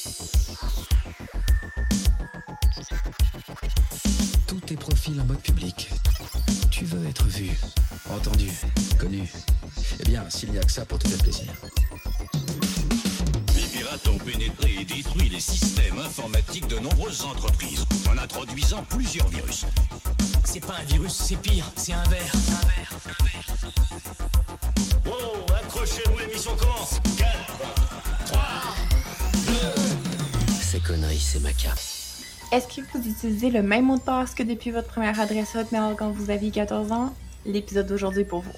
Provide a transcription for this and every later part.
Tous tes profils en mode public. Tu veux être vu, entendu, connu. Eh bien, s'il n'y a que ça pour te faire plaisir. Les pirates ont pénétré et détruit les systèmes informatiques de nombreuses entreprises en introduisant plusieurs virus. C'est pas un virus, c'est pire, c'est un ver. Wow, accrochez-vous, l'émission commence. 4, 3, 2... Ces conneries, c'est ma cape. Est-ce que vous utilisez le même mot de passe que depuis votre première adresse Hotmail quand vous aviez 14 ans? L'épisode d'aujourd'hui est pour vous.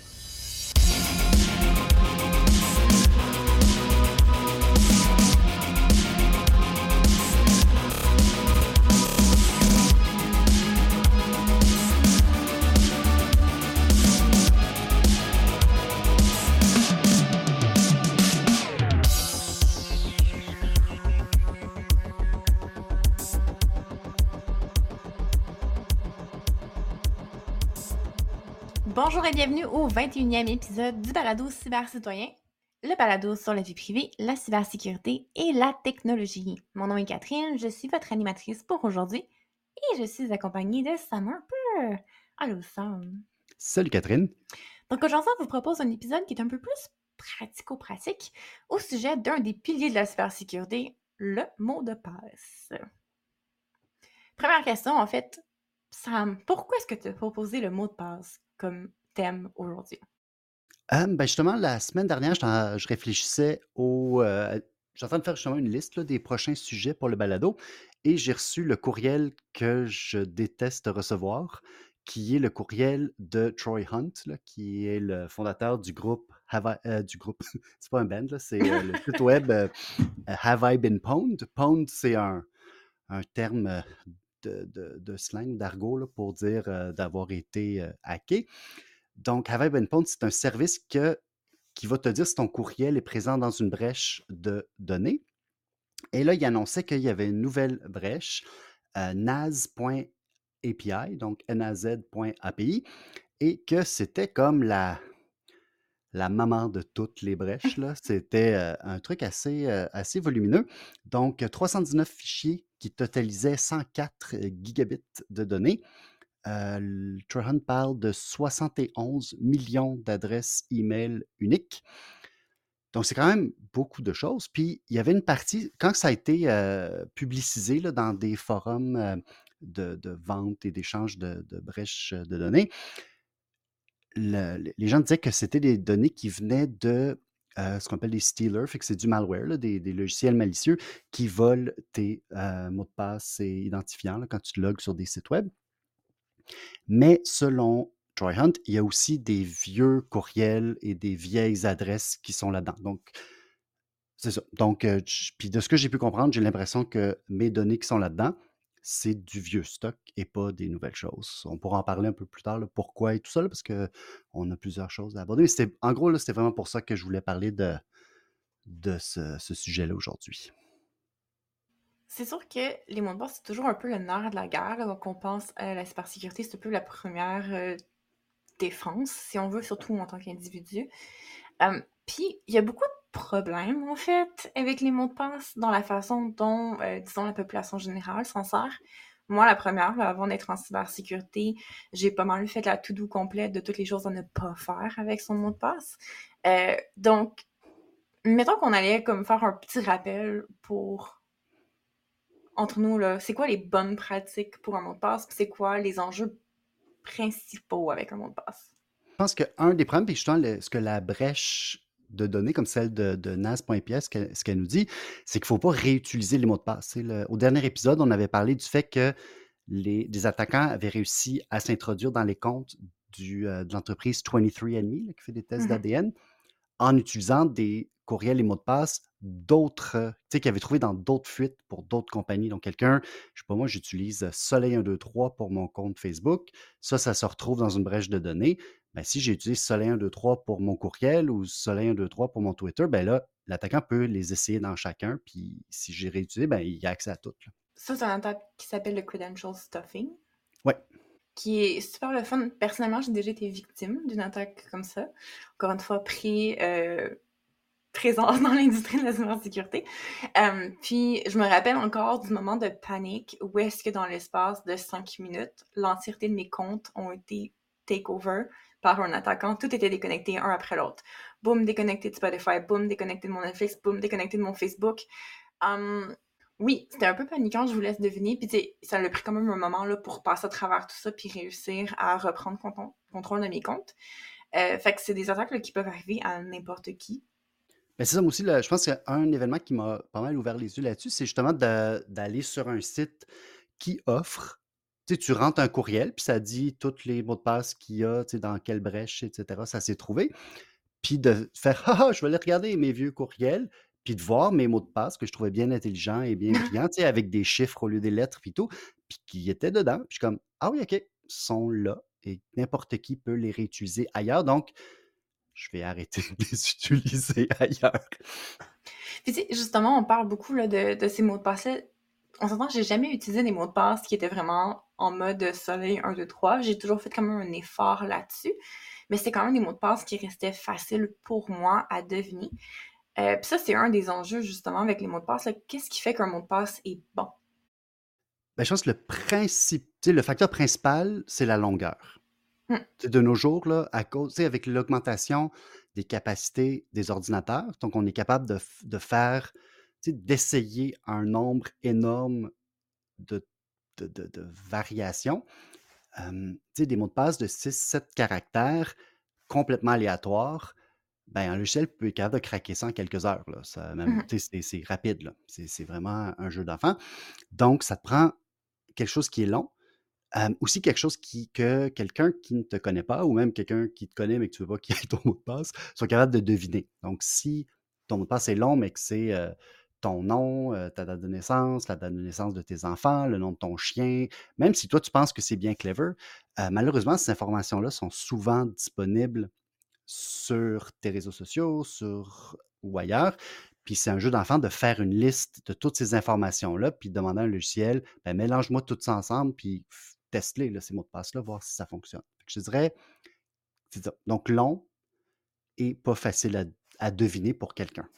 Bonjour et bienvenue au 21e épisode du balado cybercitoyen, le balado sur la vie privée, la cybersécurité et la technologie. Mon nom est Catherine, je suis votre animatrice pour aujourd'hui et je suis accompagnée de Sam Harper. Allô Sam. Salut Catherine. Donc aujourd'hui, on vous propose un épisode qui est un peu plus pratico-pratique au sujet d'un des piliers de la cybersécurité, le mot de passe. Première question, en fait, Sam, pourquoi est-ce que tu as proposé le mot de passe comme thème aujourd'hui? Justement, la semaine dernière, je réfléchissais j'étais en train de faire justement une liste là, des prochains sujets pour le balado et j'ai reçu le courriel que je déteste recevoir, qui est le courriel de Troy Hunt, là, qui est le fondateur du groupe c'est pas un band, là, c'est le site web Have I Been Pwned? Pwned, c'est un terme de slang, d'argot là, pour dire d'avoir été hacké. Donc, Have I Been Pwned, c'est un service qui va te dire si ton courriel est présent dans une brèche de données. Et là, il annonçait qu'il y avait une nouvelle brèche, naz.api, donc naz.api, et que c'était comme la maman de toutes les brèches, là. C'était un truc assez volumineux. Donc, 319 fichiers qui totalisaient 104 gigabits de données. Troy Hunt parle de 71 millions d'adresses email uniques. Donc, c'est quand même beaucoup de choses. Puis, il y avait une partie, quand ça a été publicisé là, dans des forums de vente et d'échange de brèches de données, les gens disaient que c'était des données qui venaient de ce qu'on appelle des stealers, fait que c'est du malware, là, des logiciels malicieux qui volent tes mots de passe et identifiants là, quand tu te logs sur des sites web. Mais selon Troy Hunt, il y a aussi des vieux courriels et des vieilles adresses qui sont là-dedans. Donc, c'est ça. Donc, puis de ce que j'ai pu comprendre, j'ai l'impression que mes données qui sont là-dedans, c'est du vieux stock et pas des nouvelles choses. On pourra en parler un peu plus tard, là, pourquoi et tout ça, là, parce qu'on a plusieurs choses à aborder. Mais en gros, là, c'était vraiment pour ça que je voulais parler de ce sujet-là aujourd'hui. C'est sûr que les mots de passe, c'est toujours un peu le nerf de la guerre. Là, donc, on pense à la cybersécurité, c'est un peu la première défense, si on veut, surtout en tant qu'individu. Puis, il y a beaucoup de problèmes, en fait, avec les mots de passe, dans la façon dont, disons, la population générale s'en sert. Moi, la première, là, avant d'être en cybersécurité, j'ai pas mal fait la to-do complète de toutes les choses à ne pas faire avec son mot de passe. Donc, mettons qu'on allait comme faire un petit rappel pour, entre nous, là, c'est quoi les bonnes pratiques pour un mot de passe, puis c'est quoi les enjeux principaux avec un mot de passe? Je pense qu'un des problèmes, puis justement, ce que la brèche de données comme celle de naz.ps, ce qu'elle nous dit, c'est qu'il ne faut pas réutiliser les mots de passe. Au dernier épisode, on avait parlé du fait que des attaquants avaient réussi à s'introduire dans les comptes de l'entreprise 23andMe, là, qui fait des tests d'ADN, en utilisant des courriels et mots de passe d'autres, tu sais, qu'ils avaient trouvé dans d'autres fuites pour d'autres compagnies. Donc, quelqu'un, je sais pas moi, j'utilise Soleil123 pour mon compte Facebook. Ça se retrouve dans une brèche de données. Ben, si j'utilise Soleil123 pour mon courriel ou Soleil123 pour mon Twitter, ben là, l'attaquant peut les essayer dans chacun. Puis, si j'ai réutilisé, ben, il a accès à tout. Là. Ça, c'est une attaque qui s'appelle le credential stuffing. Ouais. Qui est super le fun. Personnellement, j'ai déjà été victime d'une attaque comme ça. Encore une fois, présence dans l'industrie de la cybersécurité. Puis, je me rappelle encore du moment de panique où est-ce que dans l'espace de 5 minutes, l'entièreté de mes comptes ont été take-over par un attaquant. Tout était déconnecté un après l'autre. Boum, déconnecté de Spotify. Boum, déconnecté de mon Netflix. Boum, déconnecté de mon Facebook. Oui, c'était un peu paniquant, je vous laisse deviner. Puis, tu sais, ça a pris quand même un moment là, pour passer à travers tout ça puis réussir à reprendre contrôle de mes comptes. Fait que c'est des attaques là, qui peuvent arriver à n'importe qui. Mais c'est ça, moi aussi, là, je pense qu'un événement qui m'a pas mal ouvert les yeux là-dessus, c'est justement d'aller sur un site qui offre. Tu sais, tu rentres un courriel, puis ça dit tous les mots de passe qu'il y a, tu sais, dans quelle brèche, etc. Ça s'est trouvé. Puis de faire ah, je vais aller regarder mes vieux courriels, puis de voir mes mots de passe que je trouvais bien intelligents et bien brillants, tu sais, avec des chiffres au lieu des lettres, puis tout, puis qui étaient dedans. Puis je suis comme ah oui, OK, ils sont là et n'importe qui peut les réutiliser ailleurs. Donc, je vais arrêter de les utiliser ailleurs. Puis, tu sais, justement, on parle beaucoup là, de ces mots de passe-là. On s'entend que j'ai jamais utilisé des mots de passe qui étaient vraiment en mode soleil 1, 2, 3. J'ai toujours fait quand même un effort là-dessus. Mais c'est quand même des mots de passe qui restaient faciles pour moi à deviner. Puis ça, c'est un des enjeux, justement, avec les mots de passe. Là. Qu'est-ce qui fait qu'un mot de passe est bon? Ben, je pense que le facteur principal, c'est la longueur. Hmm. Tu sais, de nos jours, là, à cause, tu sais, avec l'augmentation des capacités des ordinateurs, donc on est capable de faire, tu sais, d'essayer un nombre énorme de, de variations. Tu sais, des mots de passe de 6-7 caractères complètement aléatoires, ben, un logiciel peut être capable de craquer ça en quelques heures. Là. Ça, même, Mhm. tu sais, c'est rapide. Là. C'est vraiment un jeu d'enfant. Donc, ça te prend quelque chose qui est long. Aussi quelque chose que quelqu'un qui ne te connaît pas ou même quelqu'un qui te connaît mais que tu ne veux pas qu'il ait ton mot de passe soit capable de deviner. Donc, si ton mot de passe est long, mais que c'est ton nom, ta date de naissance, la date de naissance de tes enfants, le nom de ton chien, même si toi, tu penses que c'est bien clever, malheureusement, ces informations-là sont souvent disponibles sur tes réseaux sociaux, ou ailleurs. Puis c'est un jeu d'enfant de faire une liste de toutes ces informations-là, puis de demander à un logiciel, ben, mélange-moi tout ça ensemble, puis teste-les, là, ces mots de passe-là, voir si ça fonctionne. Fait que je dirais, c'est ça. Donc long et pas facile à deviner pour quelqu'un.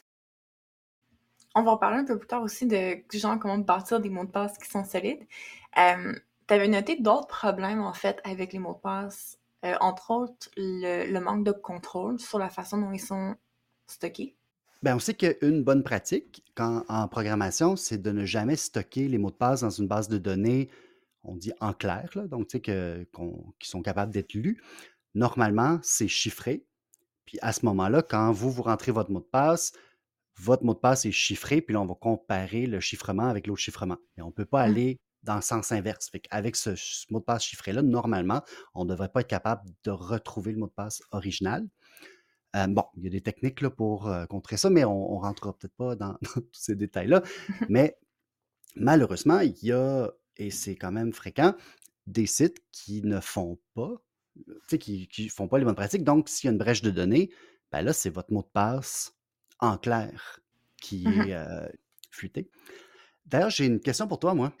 On va en parler un peu plus tard aussi de genre comment bâtir des mots de passe qui sont solides. Tu avais noté d'autres problèmes, en fait, avec les mots de passe. Entre autres, le manque de contrôle sur la façon dont ils sont stockés. Ben, on sait qu'une bonne pratique en programmation, c'est de ne jamais stocker les mots de passe dans une base de données, on dit en clair, là, donc tu sais, qui sont capables d'être lus. Normalement, c'est chiffré. Puis à ce moment-là, quand vous rentrez votre mot de passe est chiffré, puis là, on va comparer le chiffrement avec l'autre chiffrement. Et on ne peut pas Hum. aller dans le sens inverse. Fait qu'avec ce mot de passe chiffré-là, normalement, on ne devrait pas être capable de retrouver le mot de passe original. Bon, il y a des techniques là, pour contrer ça, mais on ne rentrera peut-être pas dans, dans tous ces détails-là. Mais malheureusement, il y a, et c'est quand même fréquent, des sites qui ne font pas, tu sais, qui font pas les bonnes pratiques. Donc, s'il y a une brèche de données, ben là, c'est votre mot de passe en clair qui est fuité. D'ailleurs, j'ai une question pour toi, moi.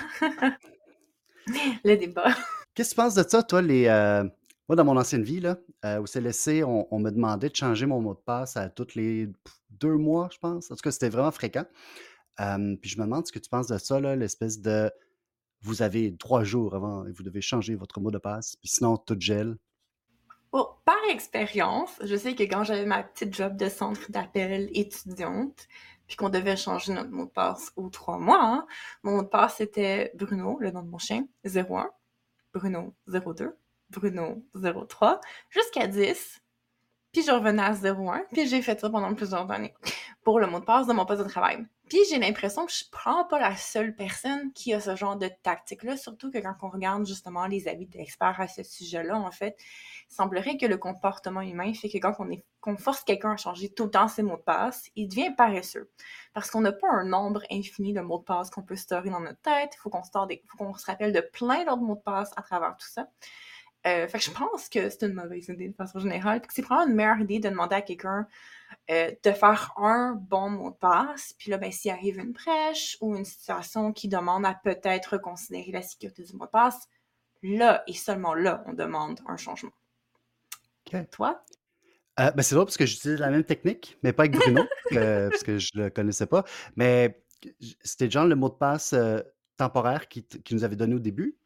Le débat. Qu'est-ce que tu penses de ça, toi, moi, dans mon ancienne vie, là, au CLSC, on me demandait de changer mon mot de passe à tous les 2 mois, je pense. En tout cas, c'était vraiment fréquent. Puis je me demande ce que tu penses de ça, là, l'espèce de vous avez 3 jours avant et vous devez changer votre mot de passe, puis sinon tout gèle. Bon, par expérience, je sais que quand j'avais ma petite job de centre d'appel étudiante, puis qu'on devait changer notre mot de passe aux 3 mois, hein, mon mot de passe c'était Bruno, le nom de mon chien, 01, Bruno 02, Bruno 03, jusqu'à 10. Puis je revenais à 01, puis j'ai fait ça pendant plusieurs années pour le mot de passe de mon poste de travail. Puis j'ai l'impression que je prends pas la seule personne qui a ce genre de tactique-là, surtout que quand on regarde justement les avis d'experts à ce sujet-là, en fait, il semblerait que le comportement humain fait que quand qu'on force quelqu'un à changer tout le temps ses mots de passe, il devient paresseux. Parce qu'on n'a pas un nombre infini de mots de passe qu'on peut storer dans notre tête, il faut qu'on se rappelle de plein d'autres mots de passe à travers tout ça. Fait que je pense que c'est une mauvaise idée de façon générale, puis que c'est probablement une meilleure idée de demander à quelqu'un de faire un bon mot de passe, puis là, ben, s'il arrive une brèche ou une situation qui demande à peut-être reconsidérer la sécurité du mot de passe, là et seulement là, on demande un changement. OK. Toi? C'est drôle parce que j'utilisais la même technique, mais pas avec Bruno, parce que je le connaissais pas. Mais c'était genre le mot de passe temporaire qui nous avait donné au début,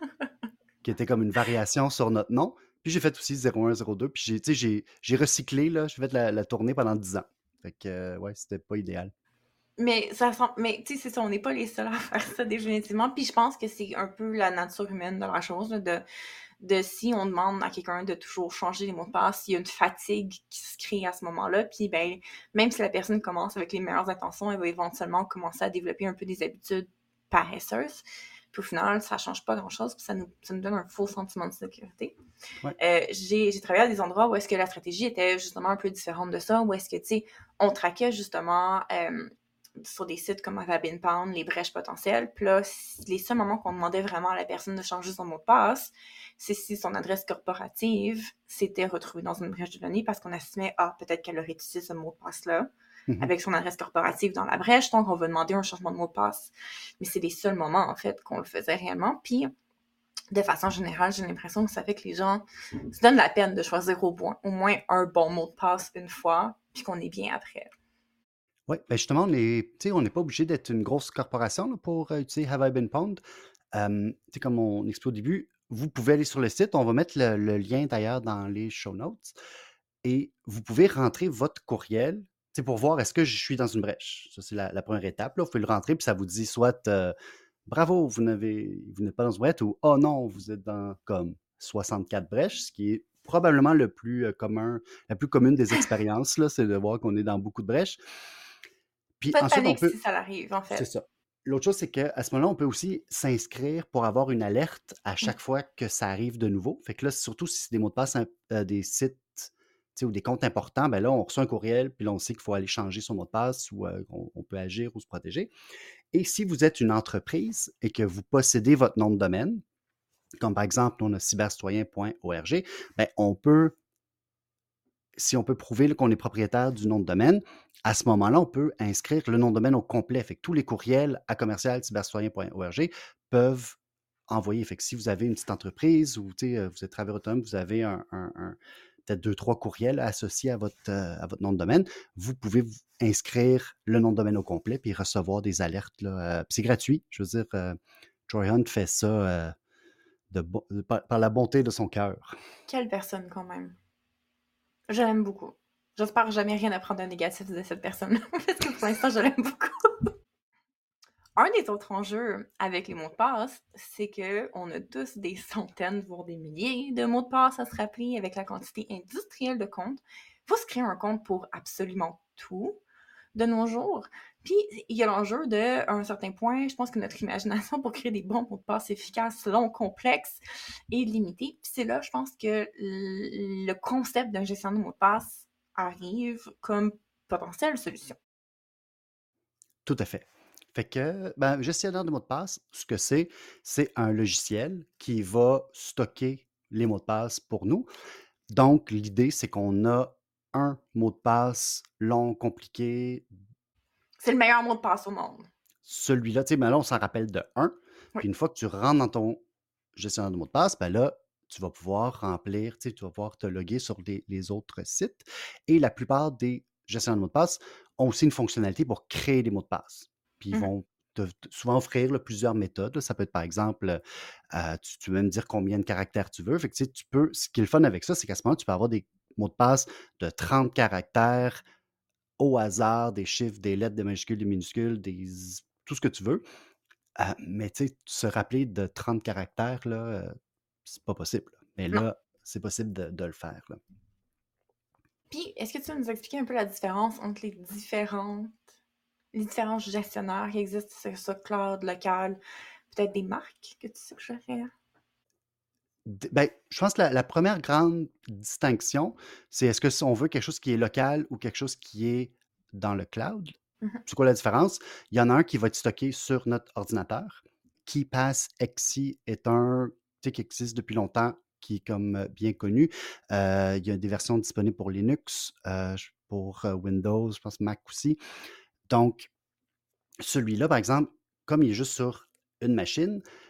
qui était comme une variation sur notre nom. Puis j'ai fait aussi 0102. Puis tu sais, j'ai recyclé, là. J'ai fait la tournée pendant 10 ans. Fait que, ouais, c'était pas idéal. Mais mais tu sais, c'est ça, on n'est pas les seuls à faire ça définitivement. Puis je pense que c'est un peu la nature humaine de la chose, là, de si on demande à quelqu'un de toujours changer les mots de passe, il y a une fatigue qui se crée à ce moment-là. Puis ben, même si la personne commence avec les meilleures intentions, elle va éventuellement commencer à développer un peu des habitudes paresseuses. Puis au final, ça change pas grand-chose, puis ça nous donne un faux sentiment de sécurité. Ouais. J'ai travaillé à des endroits où est-ce que la stratégie était justement un peu différente de ça, où est-ce que, tu sais, on traquait justement sur des sites comme Avabin Pound les brèches potentielles. Puis là, les seuls moments qu'on demandait vraiment à la personne de changer son mot de passe, c'est si son adresse corporative s'était retrouvée dans une brèche de données parce qu'on assumait, peut-être qu'elle aurait utilisé ce mot de passe-là avec son adresse corporative dans la brèche, donc on va demander un changement de mot de passe. Mais c'est les seuls moments, en fait, qu'on le faisait réellement. Puis, de façon générale, j'ai l'impression que ça fait que les gens se donnent la peine de choisir au moins un bon mot de passe une fois, puis qu'on est bien après. Oui, justement, on n'est pas obligé d'être une grosse corporation là, pour utiliser Have I Been Pwned. Comme on expliquait au début, vous pouvez aller sur le site. On va mettre le lien d'ailleurs dans les show notes. Et vous pouvez rentrer votre courriel pour voir est-ce que je suis dans une brèche. Ça, c'est la première étape. Là. Vous pouvez le rentrer, puis ça vous dit soit bravo, vous n'êtes pas dans une brèche, ou oh non, vous êtes dans comme 64 brèches, ce qui est probablement le plus commun, la plus commune des expériences, là, c'est de voir qu'on est dans beaucoup de brèches. Puis Pas de ensuite, on panique peut. si ça arrive, en C'est fait. ça. L'autre chose, c'est qu'à ce moment-là, on peut aussi s'inscrire pour avoir une alerte à chaque fois que ça arrive de nouveau. Fait que là, surtout si c'est des mots de passe, des sites ou des comptes importants, ben là, on reçoit un courriel, puis là, on sait qu'il faut aller changer son mot de passe ou on peut agir ou se protéger. Et si vous êtes une entreprise et que vous possédez votre nom de domaine, comme par exemple, nous, on a cybercitoyen.org, ben, si on peut prouver qu'on est propriétaire du nom de domaine, à ce moment-là, on peut inscrire le nom de domaine au complet. Fait que tous les courriels à commercial-cybercitoyen.org peuvent envoyer. Fait que si vous avez une petite entreprise ou vous êtes travailleur autonome, vous avez peut-être 2-3 courriels associés à votre nom de domaine, vous pouvez inscrire le nom de domaine au complet puis recevoir des alertes. Là, puis c'est gratuit. Je veux dire, Troy Hunt fait ça par la bonté de son cœur. Quelle personne, quand même. Je l'aime beaucoup. J'espère jamais rien apprendre de négatif de cette personne-là, parce que pour l'instant, je l'aime beaucoup. Un des autres enjeux avec les mots de passe, c'est qu'on a tous des centaines, voire des milliers de mots de passe à se rappeler avec la quantité industrielle de comptes. Il faut se créer un compte pour absolument tout de nos jours. Puis, il y a l'enjeu de, à un certain point, je pense que notre imagination pour créer des bons mots de passe efficaces, longs, complexes et limités. Puis c'est là, je pense que le concept d'un gestionnaire de mots de passe arrive comme potentielle solution. Tout à fait. Fait que, gestionnaire de mots de passe, ce que c'est un logiciel qui va stocker les mots de passe pour nous. Donc, l'idée, c'est qu'on a un mot de passe long, compliqué. C'est le meilleur mot de passe au monde. Celui-là, là, on s'en rappelle de un. Oui. Puis une fois que tu rentres dans ton gestionnaire de mots de passe, là, tu vas pouvoir remplir, tu vas pouvoir te loguer sur les autres sites. Et la plupart des gestionnaires de mots de passe ont aussi une fonctionnalité pour créer des mots de passe. Puis ils vont souvent offrir plusieurs méthodes. Là. Ça peut être, par exemple, tu veux même dire combien de caractères tu veux. Fait que, tu peux, ce qui est le fun avec ça, c'est qu'à ce moment-là, tu peux avoir des mots de passe de 30 caractères au hasard, des chiffres, des lettres, des majuscules, des minuscules, tout ce que tu veux. Mais se rappeler de 30 caractères, là, c'est pas possible. Mais Non. là, c'est possible de le faire. Là. Puis, est-ce que tu peux nous expliquer un peu la différence entre les différents gestionnaires qui existent, c'est ça, cloud, local, peut-être des marques que tu suggérerais? Je pense que la première grande distinction, c'est est-ce que si on veut quelque chose qui est local ou quelque chose qui est dans le cloud? C'est quoi la différence? Il y en a un qui va être stocké sur notre ordinateur. KeePass XC est un qui existe depuis longtemps, qui est comme bien connu. Il y a des versions disponibles pour Linux, pour Windows, je pense Mac aussi. Donc, celui-là, par exemple, comme il est juste sur une machine,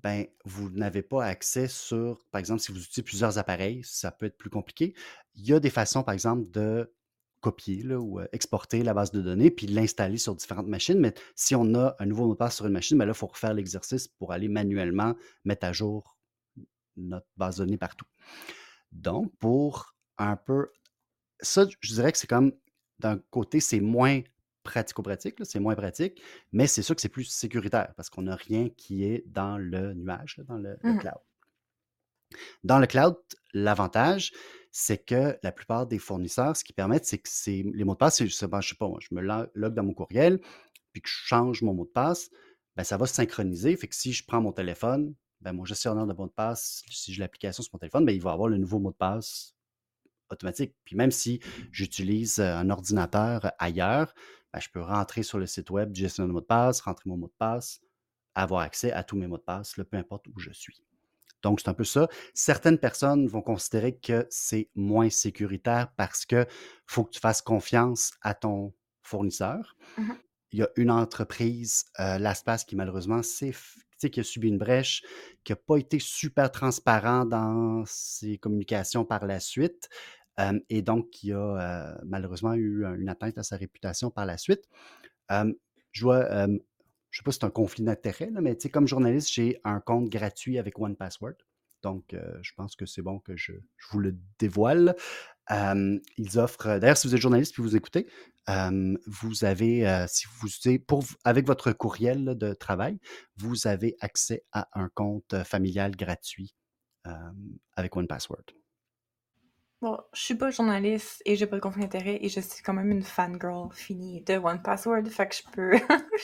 ben, vous n'avez pas accès sur, par exemple, si vous utilisez plusieurs appareils, ça peut être plus compliqué. Il y a des façons, par exemple, de copier là, ou exporter la base de données puis l'installer sur différentes machines. Mais si on a un nouveau mot de passe sur une machine, ben là, il faut refaire l'exercice pour aller manuellement mettre à jour notre base de données partout. Donc, pour un peu ça, je dirais que c'est comme, d'un côté, c'est moins pratico-pratique, là, c'est moins pratique, mais c'est sûr que c'est plus sécuritaire parce qu'on n'a rien qui est dans le nuage, là, dans le Mhm. cloud. Dans le cloud, l'avantage, c'est que la plupart des fournisseurs, ce qu'ils permettent, c'est que les mots de passe, ben, je sais pas, moi, je me log dans mon courriel, puis que je change mon mot de passe, ben, ça va se synchroniser. Fait que si je prends mon téléphone, ben, mon gestionnaire de mots de passe, si j'ai l'application sur mon téléphone, ben, il va avoir le nouveau mot de passe automatique. Puis même si j'utilise un ordinateur ailleurs, ben, je peux rentrer sur le site web du gestionnaire de mot de passe, rentrer mon mot de passe, avoir accès à tous mes mots de passe, là, peu importe où je suis. Donc, c'est un peu ça. Certaines personnes vont considérer que c'est moins sécuritaire parce que faut que tu fasses confiance à ton fournisseur. Mhm. Il y a une entreprise, LastPass, qui malheureusement qui a subi une brèche, qui n'a pas été super transparent dans ses communications par la suite, et donc qui a malheureusement eu une atteinte à sa réputation par la suite. Je vois, je sais pas si c'est un conflit d'intérêt, là, mais comme journaliste, j'ai un compte gratuit avec OnePassword. Donc, je pense que c'est bon que je vous le dévoile. Ils offrent, d'ailleurs, si vous êtes journaliste et vous écoutez, vous avez, si vous utilisez, avec votre courriel là, de travail, vous avez accès à un compte familial gratuit euh, avec OnePassword. Bon, je suis pas journaliste et j'ai pas de conflit d'intérêt et je suis quand même une fangirl finie de OnePassword, fait que je peux,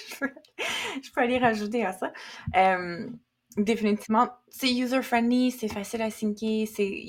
je peux aller rajouter à ça. Définitivement, c'est user-friendly, c'est facile à syncer,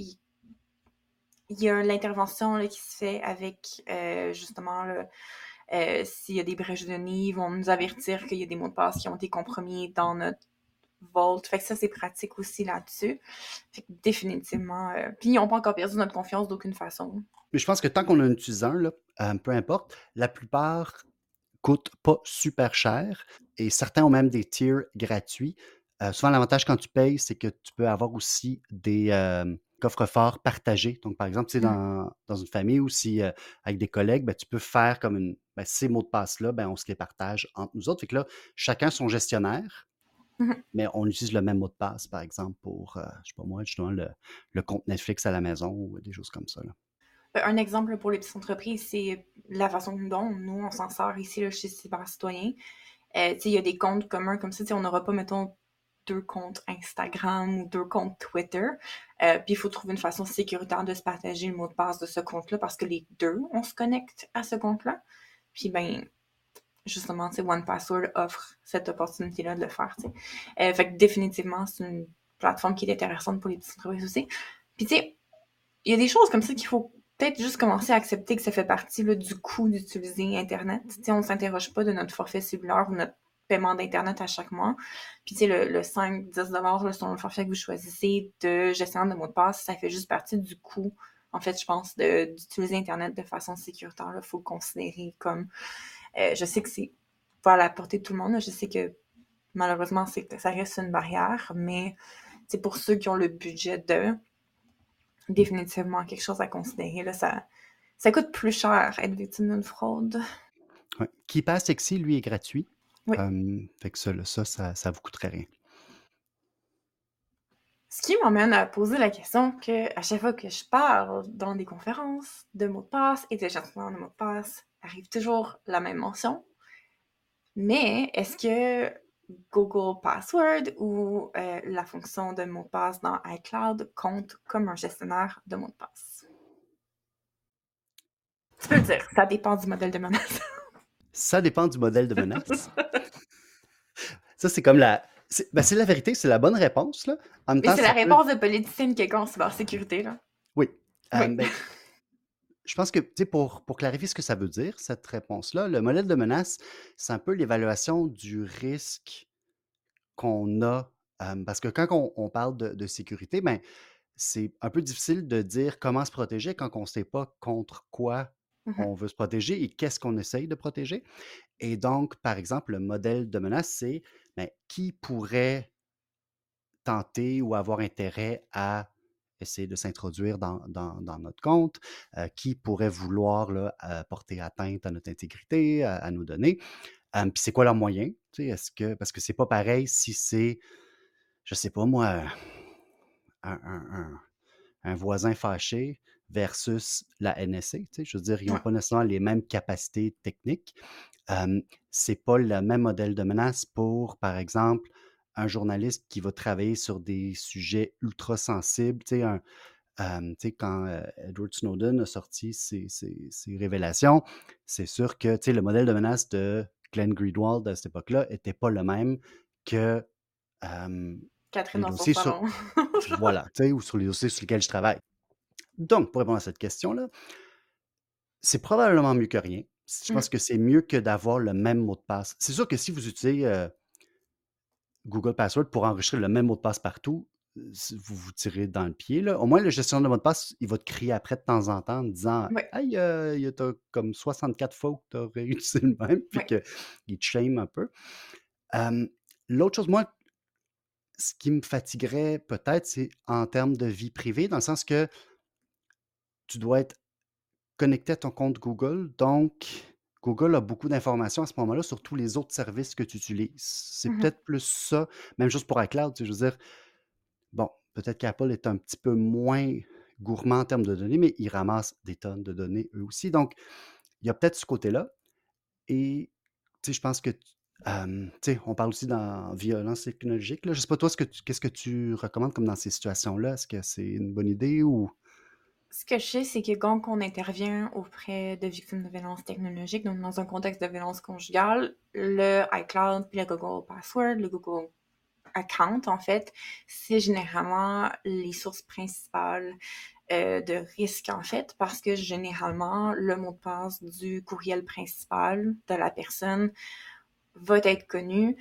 il y a l'intervention là, qui se fait avec justement s'il y a des brèches de données, ils vont nous avertir qu'il y a des mots de passe qui ont été compromis dans notre Vault. Fait que ça, c'est pratique aussi là-dessus. Fait que définitivement. Puis ils n'ont pas encore perdu notre confiance d'aucune façon. Mais je pense que tant qu'on en utilise un, là, peu importe, la plupart coûtent pas super cher et certains ont même des tiers gratuits. Souvent, l'avantage quand tu payes, c'est que tu peux avoir aussi des coffres-forts partagés. Donc, par exemple, Mm. dans une famille ou si avec des collègues, ben, tu peux faire comme ces mots de passe-là, ben, on se les partage entre nous autres. Fait que là, chacun son gestionnaire, Mhm. mais on utilise le même mot de passe, par exemple, pour, je sais pas moi, justement, le compte Netflix à la maison ou des choses comme ça. Là. Un exemple pour les petites entreprises, c'est la façon dont nous, on s'en sort ici là, chez Cybercitoyen. Il y a des comptes communs comme ça. On n'aura pas, mettons, 2 comptes Instagram ou 2 comptes Twitter. Puis il faut trouver une façon sécuritaire de se partager le mot de passe de ce compte-là parce que les deux, on se connecte à ce compte-là. Puis ben, justement, OnePassword offre cette opportunité-là de le faire. Fait que définitivement, c'est une plateforme qui est intéressante pour les petites entreprises aussi. Puis tu sais, il y a des choses comme ça qu'il faut peut-être juste commencer à accepter que ça fait partie là, du coût d'utiliser Internet. On ne s'interroge pas de notre forfait cellulaire ou notre paiement d'Internet à chaque mois. Puis le 5-10$ selon le forfait que vous choisissez de gestionnaire de mot de passe, ça fait juste partie du coût, en fait, je pense, d'utiliser Internet de façon sécuritaire. Il faut le considérer comme... je sais que c'est pas à la portée de tout le monde. Là. Je sais que malheureusement, ça reste une barrière, mais c'est pour ceux qui ont le budget de définitivement quelque chose à considérer. Là, ça coûte plus cher être victime d'une fraude. Ouais. KeePass Sexy, lui, est gratuit. Oui. Fait que ça vous coûterait rien. Ce qui m'emmène à poser la question que à chaque fois que je parle dans des conférences de mots de passe et de gestionnaire de mots de passe, arrive toujours la même mention. Mais est-ce que Google Password ou la fonction de mot de passe dans iCloud compte comme un gestionnaire de mots de passe? Tu peux le dire, ça dépend du modèle de menace. Ça dépend du modèle de menace. Ça, c'est comme c'est la vérité, c'est la bonne réponse. Là. En même Mais temps, c'est la réponse de politicienne quelqu'un en cybersécurité, là. Oui. Oui. Ben, je pense que, pour clarifier ce que ça veut dire, cette réponse-là, le modèle de menace, c'est un peu l'évaluation du risque qu'on a. Parce que quand on parle de sécurité, ben, c'est un peu difficile de dire comment se protéger quand on ne sait pas contre quoi Mhm. on veut se protéger et qu'est-ce qu'on essaye de protéger. Et donc, par exemple, le modèle de menace, c'est ben, qui pourrait tenter ou avoir intérêt à essayer de s'introduire dans notre compte, qui pourrait vouloir là, porter atteinte à notre intégrité, à nos données. Puis c'est quoi leurs moyens? Est-ce que, parce que c'est pas pareil si c'est, je sais pas moi, un, un voisin fâché versus la NSA. Je veux dire, ils n'ont Ouais. pas nécessairement les mêmes capacités techniques. C'est pas le même modèle de menace pour, par exemple, un journaliste qui va travailler sur des sujets ultra sensibles. Quand Edward Snowden a sorti ses révélations, c'est sûr que le modèle de menace de Glenn Greenwald à cette époque-là n'était pas le même que Catherine les dans son dossiers sur, salon. voilà, ou sur les dossiers sur lesquels je travaille. Donc, pour répondre à cette question-là, c'est probablement mieux que rien. Je Mm. pense que c'est mieux que d'avoir le même mot de passe. C'est sûr que si vous utilisez Google Password pour enregistrer le même mot de passe partout, vous vous tirez dans le pied. Là. Au moins, le gestionnaire de mot de passe, il va te crier après de temps en temps en disant Ouais, Hey, il y a comme 64 fois que tu as réutilisé le même, puis ouais. qu'il te shame un peu. L'autre chose, moi, ce qui me fatiguerait peut-être, c'est en termes de vie privée, dans le sens que tu dois être connecté à ton compte Google. Donc, Google a beaucoup d'informations à ce moment-là sur tous les autres services que tu utilises. C'est Mhm. peut-être plus ça, même chose pour iCloud. Je veux dire, bon, peut-être qu'Apple est un petit peu moins gourmand en termes de données, mais ils ramassent des tonnes de données eux aussi. Donc, il y a peut-être ce côté-là. Et, je pense que, on parle aussi dans violence technologique. Là. Je ne sais pas, toi, qu'est-ce que tu recommandes comme dans ces situations-là? Est-ce que c'est une bonne idée ou... Ce que je sais, c'est que quand on intervient auprès de victimes de violences technologiques, donc dans un contexte de violence conjugale, le iCloud, puis le Google Password, le Google Account, en fait, c'est généralement les sources principales de risque, en fait, parce que généralement, le mot de passe du courriel principal de la personne va être connu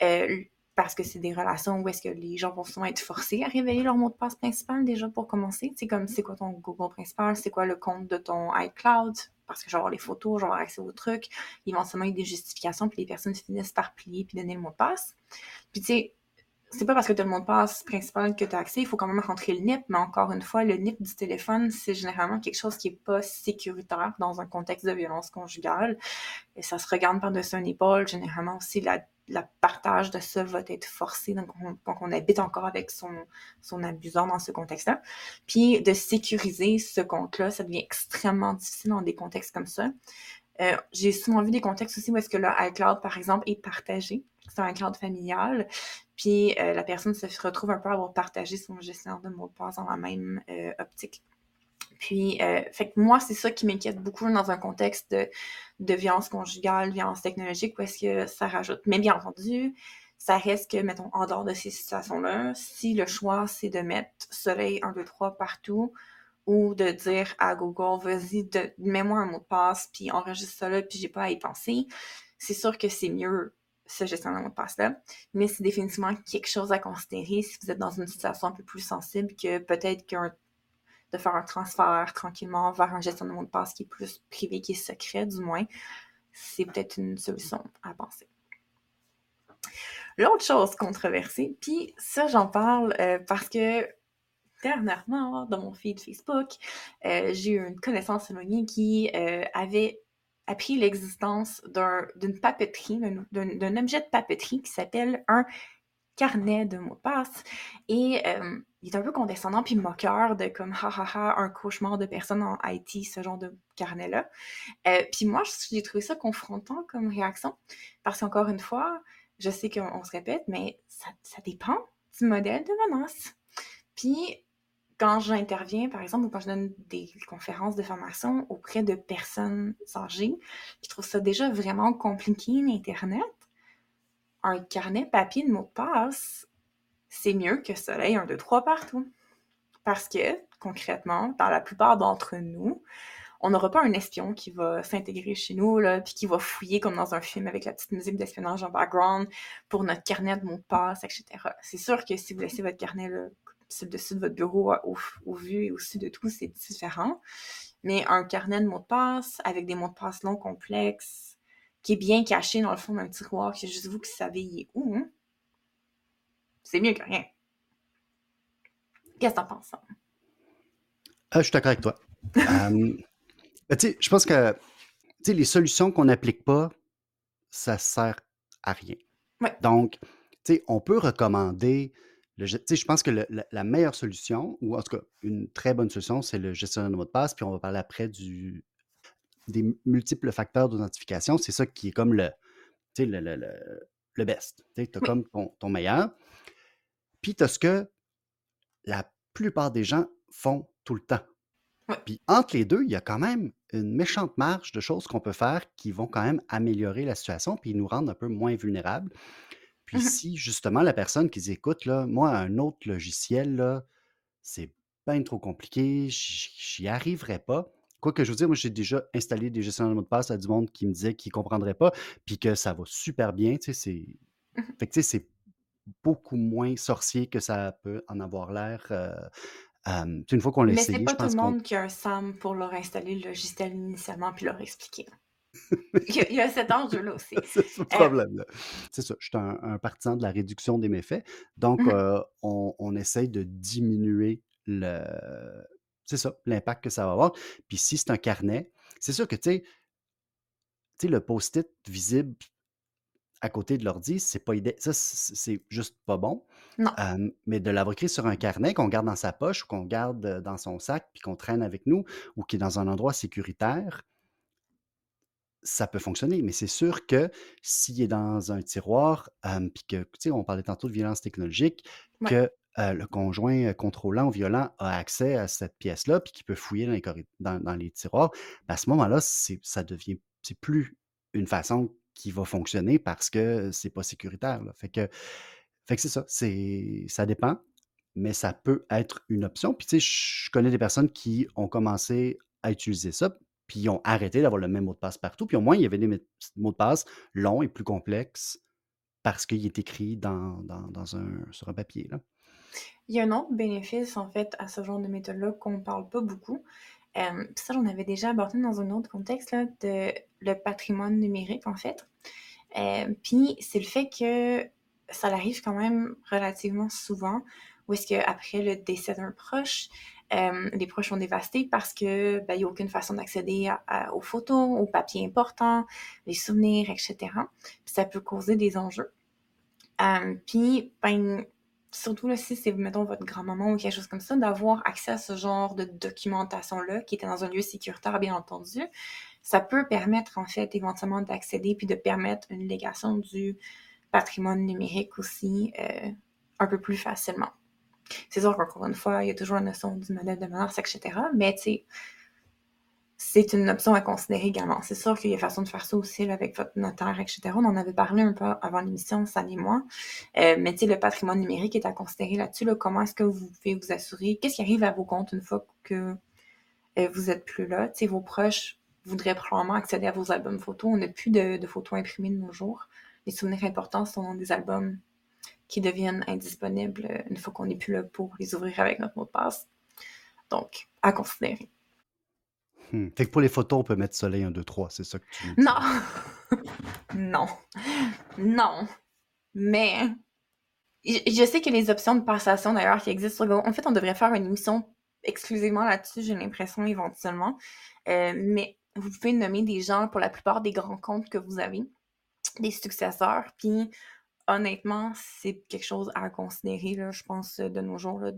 parce que c'est des relations où est-ce que les gens vont souvent être forcés à révéler leur mot de passe principal déjà pour commencer. C'est comme c'est quoi ton Google principal, c'est quoi le compte de ton iCloud, parce que je vais avoir les photos, je vais avoir accès aux trucs. Éventuellement, il y a des justifications, puis les personnes finissent par plier puis donner le mot de passe. Puis tu sais, c'est pas parce que tu as le mot de passe principal que tu as accès, il faut quand même rentrer le NIP, mais encore une fois, le NIP du téléphone, c'est généralement quelque chose qui est pas sécuritaire dans un contexte de violence conjugale. Et ça se regarde par-dessus une épaule. Généralement aussi, la partage de ça va être forcé, donc on habite encore avec son abuseur dans ce contexte-là. Puis de sécuriser ce compte-là, ça devient extrêmement difficile dans des contextes comme ça. J'ai souvent vu des contextes aussi où est-ce que le iCloud, par exemple, est partagé. C'est un iCloud familial. Puis la personne se retrouve un peu à avoir partagé son gestionnaire de mots de passe dans la même optique. Puis, fait que moi, c'est ça qui m'inquiète beaucoup dans un contexte de violence conjugale, violence technologique, où est-ce que ça rajoute. Mais bien entendu, ça reste que, mettons, en dehors de ces situations-là, si le choix, c'est de mettre Soleil 1, 2, 3 partout, ou de dire à Google, vas-y, mets-moi un mot de passe, puis enregistre ça là, puis j'ai pas à y penser, c'est sûr que c'est mieux ce gestionnaire de mot de passe-là, mais c'est définitivement quelque chose à considérer si vous êtes dans une situation un peu plus sensible que peut-être de faire un transfert tranquillement vers un gestionnaire de mot de passe qui est plus privé, qui est secret du moins, c'est peut-être une solution à penser. L'autre chose controversée, puis ça j'en parle parce que dernièrement, dans mon feed Facebook, j'ai eu une connaissance éloignée qui avait appris l'existence d'une papeterie, d'un objet de papeterie qui s'appelle un carnet de mots de passe. Et il est un peu condescendant puis moqueur de comme ha ha ha, un cauchemar de personnes en IT, ce genre de carnet-là. Puis moi, j'ai trouvé ça confrontant comme réaction parce qu'encore une fois, je sais qu'on se répète, mais ça dépend du modèle de menace. Puis quand j'interviens, par exemple, ou quand je donne des conférences de formation auprès de personnes âgées, je trouve ça déjà vraiment compliqué, l'Internet. Un carnet papier de mots de passe, c'est mieux que Soleil 1, 2, 3 partout. Parce que, concrètement, dans la plupart d'entre nous, on n'aura pas un espion qui va s'intégrer chez nous, là, puis qui va fouiller comme dans un film avec la petite musique d'espionnage en background pour notre carnet de mots de passe, etc. C'est sûr que si vous laissez votre carnet là, sur le dessus de votre bureau, au vu et au-dessus de tout, c'est différent. Mais un carnet de mots de passe avec des mots de passe longs, complexes, qui est bien caché dans le fond d'un tiroir, que juste vous qui savez il est où, hein? C'est mieux que rien. Qu'est-ce que t'en penses? Je suis d'accord avec toi. Tu sais, je pense que tu sais, les solutions qu'on n'applique pas, ça sert à rien. Ouais. Donc, tu sais, on peut recommander tu sais, je pense que la meilleure solution, ou en tout cas une très bonne solution, c'est le gestionnaire de mot de passe, puis on va parler après des multiples facteurs d'authentification. C'est ça qui est comme tu sais, le best. Tu as Oui. comme ton meilleur. Puis tu as ce que la plupart des gens font tout le temps. Ouais. Puis entre les deux, il y a quand même une méchante marge de choses qu'on peut faire qui vont quand même améliorer la situation puis nous rendre un peu moins vulnérables. Puis Mhm. si justement la personne qui dit écoute, là, moi, un autre logiciel, là, c'est bien trop compliqué, j'y arriverai pas. Quoi que je veux dire, moi, j'ai déjà installé des gestionnaires de mots de passe à du monde qui me disait qu'ils ne comprendraient pas, puis que ça va super bien. Tu sais, Mhm. fait que, tu sais, c'est beaucoup moins sorcier que ça peut en avoir l'air. Une fois qu'on l'a Mais c'est essayé, pas je tout le pense qu'on. monde qui a un SAM pour leur installer le logiciel initialement puis leur expliquer. Il y a cet enjeu-là aussi. C'est ce problème-là. C'est ça, je suis un partisan de la réduction des méfaits. Donc, Mhm. on essaye de diminuer c'est ça, l'impact que ça va avoir. Puis si c'est un carnet, c'est sûr que, tu sais, le post-it visible à côté de l'ordi, c'est pas idéal. Ça, c'est juste pas bon. Non. Mais de l'avoir écrit sur un carnet qu'on garde dans sa poche ou qu'on garde dans son sac puis qu'on traîne avec nous ou qui est dans un endroit sécuritaire, ça peut fonctionner. Mais c'est sûr que s'il est dans un tiroir, puis que, tu sais, on parlait tantôt de violence technologique, Ouais. que le conjoint contrôlant ou violent a accès à cette pièce-là puis qu'il peut fouiller dans les tiroirs, ben, à ce moment-là, c'est plus une façon qui va fonctionner parce que c'est pas sécuritaire, là. Fait que c'est ça, ça dépend, mais ça peut être une option. Puis tu sais, je connais des personnes qui ont commencé à utiliser ça, puis ils ont arrêté d'avoir le même mot de passe partout. Puis au moins, il y avait des mots de passe longs et plus complexes parce qu'il est écrit sur un papier, là. Il y a un autre bénéfice, en fait, à ce genre de méthode-là qu'on parle pas beaucoup. Puis ça, j'en avais déjà abordé dans un autre contexte, là, de le patrimoine numérique, en fait. Puis c'est le fait que ça arrive quand même relativement souvent, où est-ce qu'après le décès d'un proche, les proches sont dévastés parce que ben, il n'y a aucune façon d'accéder aux photos, aux papiers importants, les souvenirs, etc. Puis ça peut causer des enjeux. Puis, ben, surtout là, si c'est, mettons, votre grand-maman ou quelque chose comme ça, d'avoir accès à ce genre de documentation-là, qui était dans un lieu sécuritaire, bien entendu, ça peut permettre, en fait, éventuellement d'accéder puis de permettre une légation du patrimoine numérique aussi un peu plus facilement. C'est sûr qu'encore une fois, il y a toujours la notion du modèle de menace, etc. Mais, tu sais, c'est une option à considérer également. C'est sûr qu'il y a façon de faire ça aussi là, avec votre notaire, etc. On en avait parlé un peu avant l'émission, Sam et moi. Mais tu sais, le patrimoine numérique est à considérer là-dessus. Là, comment est-ce que vous pouvez vous assurer? Qu'est-ce qui arrive à vos comptes une fois que vous êtes plus là? Tu sais, vos proches voudraient probablement accéder à vos albums photos. On n'a plus de photos imprimées de nos jours. Les souvenirs importants sont dans des albums qui deviennent indisponibles une fois qu'on n'est plus là pour les ouvrir avec notre mot de passe. Donc, à considérer. Fait que pour les photos, on peut mettre soleil 1, 2, 3, c'est ça que tu nous dis. Non! Non. Non. Mais je sais que les options de passation d'ailleurs qui existent sur Go, en fait, on devrait faire une émission exclusivement là-dessus, j'ai l'impression, éventuellement. Mais vous pouvez nommer des gens pour la plupart des grands comptes que vous avez, des successeurs, puis honnêtement, c'est quelque chose à considérer, là, je pense, de nos jours, là,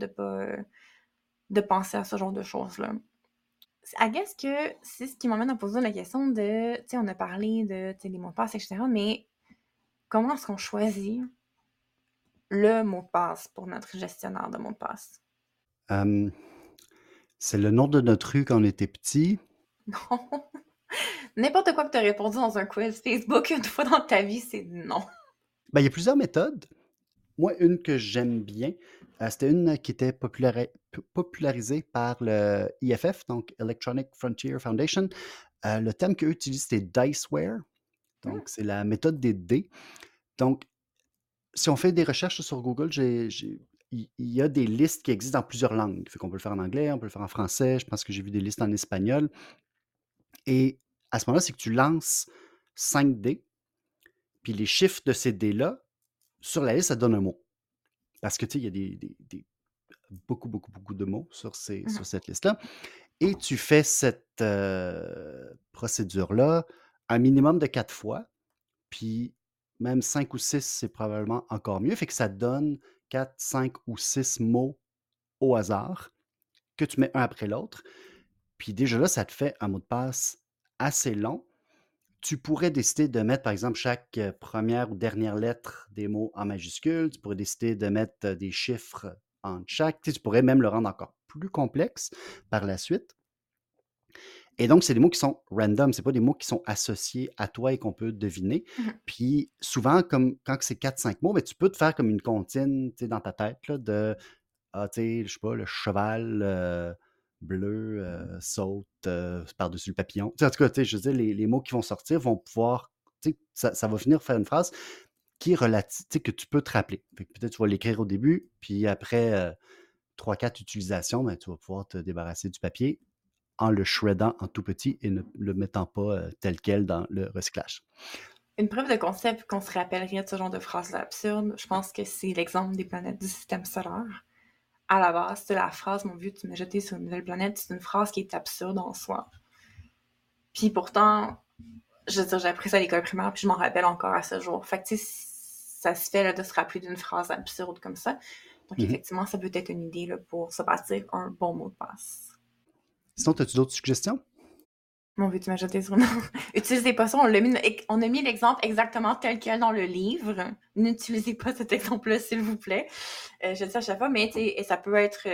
de penser à ce genre de choses-là. I guess que c'est ce qui m'amène à poser la question de, tu sais, on a parlé de, des mots de passe, etc., mais comment est-ce qu'on choisit le mot de passe pour notre gestionnaire de mots de passe? C'est le nom de notre rue quand on était petit. Non. N'importe quoi que tu as répondu dans un quiz Facebook une fois dans ta vie, c'est non. Ben, il y a plusieurs méthodes. Moi, une que j'aime bien, c'était une qui était popularisée par le IFF, donc Electronic Frontier Foundation. Le terme qu'eux utilisent, c'est Diceware. Donc, c'est la méthode des dés. Donc, si on fait des recherches sur Google, il y a des listes qui existent dans plusieurs langues. Fait qu'on peut le faire en anglais, on peut le faire en français. Je pense que j'ai vu des listes en espagnol. Et à ce moment-là, c'est que tu lances 5 dés, puis les chiffres de ces dés-là, sur la liste, ça te donne un mot. Parce que, tu sais, il y a beaucoup, beaucoup, beaucoup de mots sur Mhm. cette liste-là. Et tu fais cette procédure-là un minimum de 4 fois, puis même 5 ou 6, c'est probablement encore mieux. Fait que ça donne 4, 5 ou 6 mots au hasard que tu mets un après l'autre. Puis déjà là, ça te fait un mot de passe assez long. Tu pourrais décider de mettre, par exemple, chaque première ou dernière lettre des mots en majuscule. Tu pourrais décider de mettre des chiffres entre chaque. Tu pourrais même le rendre encore plus complexe par la suite. Et donc, c'est des mots qui sont random, c'est pas des mots qui sont associés à toi et qu'on peut deviner. Mhm. Puis souvent, comme quand c'est 4-5 mots, ben, tu peux te faire comme une comptine dans ta tête là, de je sais pas, le cheval bleu saute par-dessus le papillon. En tout cas, je veux dire, les mots qui vont sortir vont pouvoir, ça va finir faire une phrase qui est relative, que tu peux te rappeler. Peut-être tu vas l'écrire au début, puis après 3-4 utilisations, ben, tu vas pouvoir te débarrasser du papier en le shreddant en tout petit et ne le mettant pas tel quel dans le recyclage. Une preuve de concept qu'on se rappellerait de ce genre de phrase-là absurde, je pense que c'est l'exemple des planètes du système solaire. À la base, c'est la phrase « Mon vieux, tu m'as jeté sur une nouvelle planète », c'est une phrase qui est absurde en soi. Puis pourtant, je veux dire, j'ai appris ça à l'école primaire, puis je m'en rappelle encore à ce jour. Fait que, tu sais, ça se fait là, de se rappeler d'une phrase absurde comme ça. Donc, effectivement, ça peut être une idée là, pour se bâtir un bon mot de passe. Sinon, as-tu d'autres suggestions? Mon Dieu, tu m'as jeté sur nous. Utilisez pas ça. On a mis l'exemple exactement tel quel dans le livre. N'utilisez pas cet exemple-là, s'il vous plaît. Je le dis à chaque fois, mais ça peut être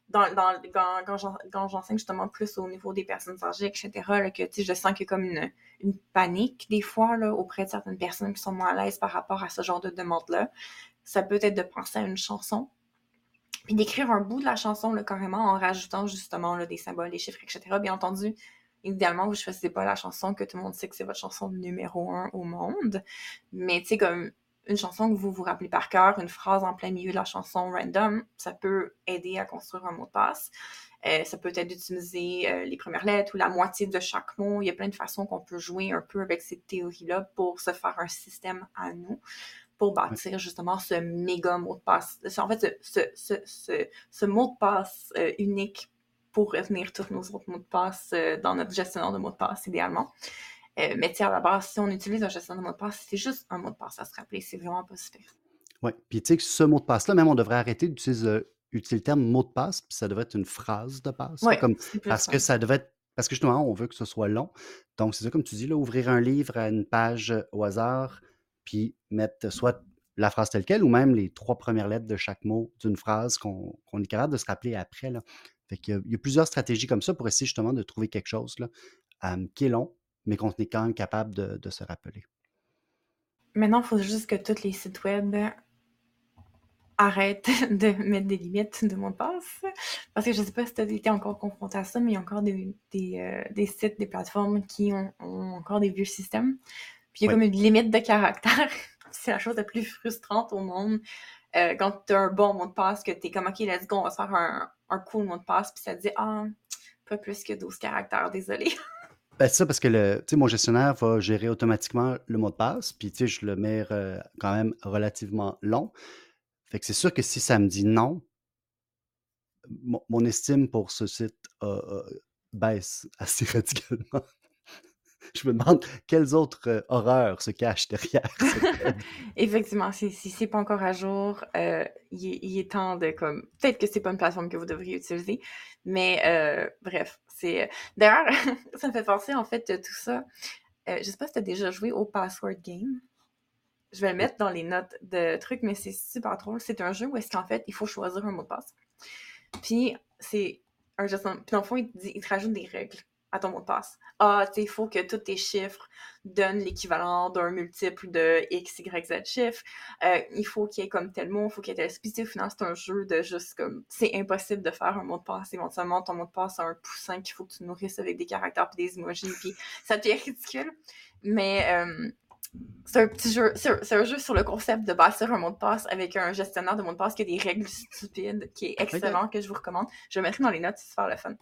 quand j'enseigne justement plus au niveau des personnes âgées, etc., là, que je sens qu'il y a comme une panique des fois là, auprès de certaines personnes qui sont moins à l'aise par rapport à ce genre de demande-là. Ça peut être de penser à une chanson, puis d'écrire un bout de la chanson là, carrément en rajoutant justement là, des symboles, des chiffres, etc. Bien entendu, idéalement, vous ne choisissez pas la chanson que tout le monde sait que c'est votre chanson numéro 1 au monde, mais tu sais, comme une chanson que vous vous rappelez par cœur, une phrase en plein milieu de la chanson random, ça peut aider à construire un mot de passe. Ça peut être d'utiliser les premières lettres ou la moitié de chaque mot. Il y a plein de façons qu'on peut jouer un peu avec cette théorie-là pour se faire un système à nous, pour bâtir justement ce méga mot de passe. En fait, ce mot de passe unique pour retenir tous nos autres mots de passe dans notre gestionnaire de mots de passe, idéalement. Mais à la base, si on utilise un gestionnaire de mots de passe, c'est juste un mot de passe à se rappeler. C'est vraiment pas super. Oui. Puis tu sais que ce mot de passe-là, même on devrait arrêter d'utiliser le terme mot de passe, puis ça devrait être une phrase de passe. Oui, c'est parce que ça devrait être. Parce que justement, on veut que ce soit long. Donc, c'est ça, comme tu dis, là, ouvrir un livre à une page au hasard, puis mettre soit la phrase telle quelle, ou même les 3 premières lettres de chaque mot d'une phrase qu'on est capable de se rappeler après. Là. Fait qu'il y a plusieurs stratégies comme ça pour essayer justement de trouver quelque chose là, qui est long, mais qu'on est quand même capable de se rappeler. Maintenant, il faut juste que tous les sites web arrêtent de mettre des limites de mots de passe. Parce que je ne sais pas si tu as été encore confronté à ça, mais il y a encore des sites, des plateformes qui ont encore des vieux systèmes. Puis il y a comme une limite de caractère. C'est la chose la plus frustrante au monde. Quand tu as un bon mot de passe, que tu es comme, OK, let's go, on va se faire un cool mot de passe, puis ça te dit, pas plus que 12 caractères, désolé. Ben, c'est ça, parce que mon gestionnaire va gérer automatiquement le mot de passe, puis je le mets quand même relativement long. Fait que c'est sûr que si ça me dit non, mon estime pour ce site baisse assez radicalement. Je me demande quelles autres horreurs se cachent derrière ce code. Effectivement, si c'est pas encore à jour, il est temps de comme. Peut-être que c'est pas une plateforme que vous devriez utiliser, mais bref, c'est. D'ailleurs, ça me fait penser en fait tout ça. Je sais pas si tu as déjà joué au Password Game. Je vais le mettre dans les notes de trucs, mais c'est super drôle. C'est un jeu où est-ce qu'en fait, il faut choisir un mot de passe. Puis c'est un gestionnaire. Puis dans le fond, il te rajoute des règles à ton mot de passe. Il faut que tous tes chiffres donnent l'équivalent d'un multiple de X, Y, Z chiffres. Il faut qu'il y ait comme tel mot, il faut qu'il y ait tel spécifique. Au final, c'est un jeu de juste comme... C'est impossible de faire un mot de passe. Éventuellement, ton mot de passe, c'est un poussin qu'il faut que tu nourrisses avec des caractères puis des emojis, puis ça devient ridicule. Mais... c'est un petit jeu, c'est un jeu sur le concept de bâtir un mot de passe avec un gestionnaire de mots de passe qui a des règles stupides, qui est excellent, que je vous recommande. Je le mettrai dans les notes, c'est super le fun.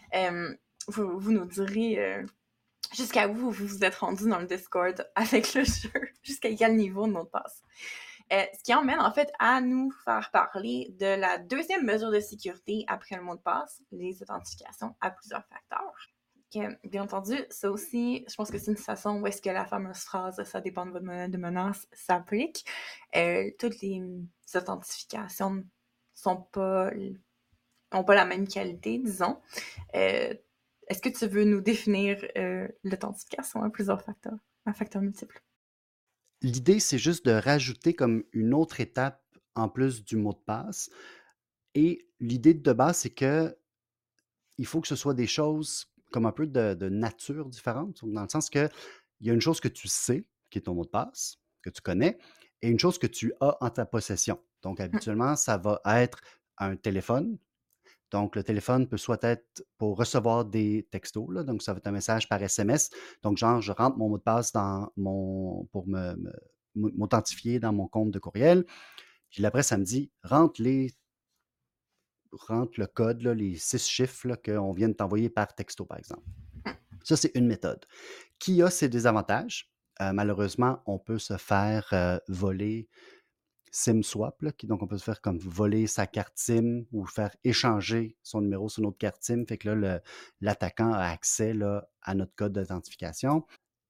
Vous nous direz jusqu'à où vous vous êtes rendu dans le Discord avec le jeu, jusqu'à quel niveau de mot de passe. Ce qui emmène en fait à nous faire parler de la deuxième mesure de sécurité après le mot de passe, les authentifications à plusieurs facteurs. Bien entendu, ça aussi, je pense que c'est une façon où est-ce que la fameuse phrase « ça dépend de votre modèle de menace » s'applique. Toutes les authentifications n'ont pas la même qualité, disons. Est-ce que tu veux nous définir l'authentification à plusieurs facteurs, à facteurs multiples? L'idée, c'est juste de rajouter comme une autre étape en plus du mot de passe. Et l'idée de base, c'est que il faut que ce soit des choses comme un peu de nature différente, dans le sens qu'il y a une chose que tu sais, qui est ton mot de passe, que tu connais, et une chose que tu as en ta possession. Donc, habituellement, ça va être un téléphone. Donc, le téléphone peut soit être pour recevoir des textos, là, donc ça va être un message par SMS. Donc, genre, je rentre mon mot de passe pour m'authentifier dans mon compte de courriel. Puis après, ça me dit, rentre le code, là, les 6 chiffres là, qu'on vient de t'envoyer par texto, par exemple. Ça, c'est une méthode. Qui a ses désavantages? Malheureusement, on peut se faire voler SIM swap, là, donc on peut se faire comme voler sa carte SIM ou faire échanger son numéro sur notre carte SIM. Fait que là, l'attaquant a accès là, à notre code d'authentification.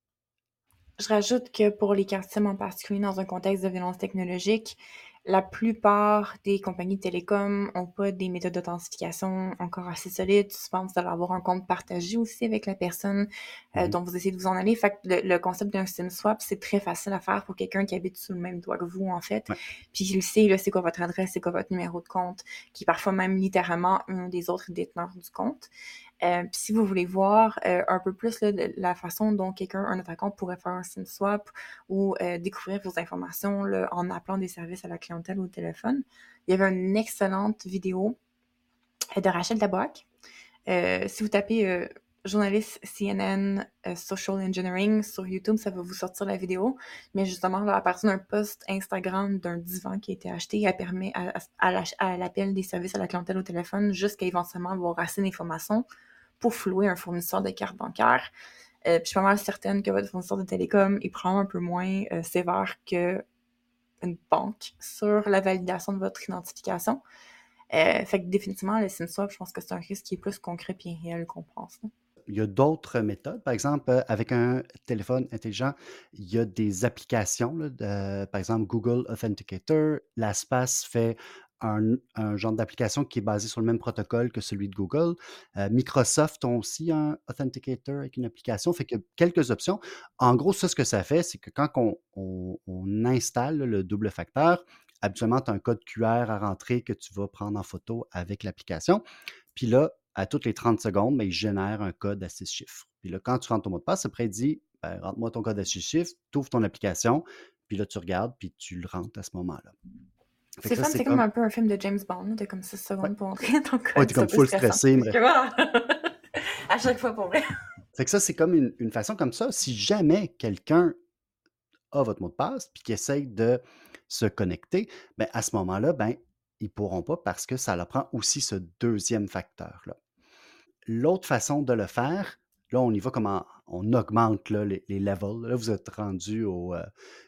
Je rajoute que pour les cartes SIM en particulier dans un contexte de violence technologique, la plupart des compagnies de télécom n'ont pas des méthodes d'authentification encore assez solides. Souvent, vous allez avoir un compte partagé aussi avec la personne dont vous essayez de vous en aller. Fait que le concept d'un SIM swap, c'est très facile à faire pour quelqu'un qui habite sur le même toit que vous, en fait. Ouais. Puis il sait, là, c'est quoi votre adresse, c'est quoi votre numéro de compte, qui est parfois même littéralement un des autres déteneurs du compte. Puis si vous voulez voir un peu plus là, la façon dont un attaquant pourrait faire un SIM swap ou découvrir vos informations là, en appelant des services à la clientèle au téléphone, il y avait une excellente vidéo de Rachel Daboak. Si vous tapez journaliste CNN Social Engineering sur YouTube, ça va vous sortir la vidéo. Mais justement, là, à partir d'un post Instagram d'un divan qui a été acheté, elle permet à l'appel des services à la clientèle au téléphone jusqu'à éventuellement avoir assez d'informations pour flouer un fournisseur de cartes bancaires. Puis je suis pas mal certaine que votre fournisseur de télécom est probablement un peu moins sévère qu'une banque sur la validation de votre identification. Fait que définitivement, le SIM swap, je pense que c'est un risque qui est plus concret et réel qu'on pense. Il y a d'autres méthodes. Par exemple, avec un téléphone intelligent, il y a des applications, là, par exemple Google Authenticator. LastPass fait un genre d'application qui est basé sur le même protocole que celui de Google. Microsoft ont aussi un Authenticator avec une application. Fait qu'il y a quelques options. En gros, ça, ce que ça fait, c'est que quand on installe le double facteur, habituellement, tu as un code QR à rentrer que tu vas prendre en photo avec l'application. Puis là, à toutes les 30 secondes, il génère un code à 6 chiffres. Puis là, quand tu rentres ton mot de passe, après, il dit rentre-moi ton code à 6 chiffres, tu ouvres ton application, puis là, tu regardes, puis tu le rentres à ce moment-là. C'est fun, c'est comme un peu un film de James Bond. T'as comme 6 secondes pour entrer ton code. Ouais, t'es comme full stressé. À chaque fois pour vrai. Fait que ça, c'est comme une façon comme ça. Si jamais quelqu'un a votre mot de passe, puis qu'il essaye de se connecter, à ce moment-là, ils ne pourront pas parce que ça leur prend aussi ce deuxième facteur-là. L'autre façon de le faire, là, on y va comme on augmente là, les levels. Là, vous êtes rendu au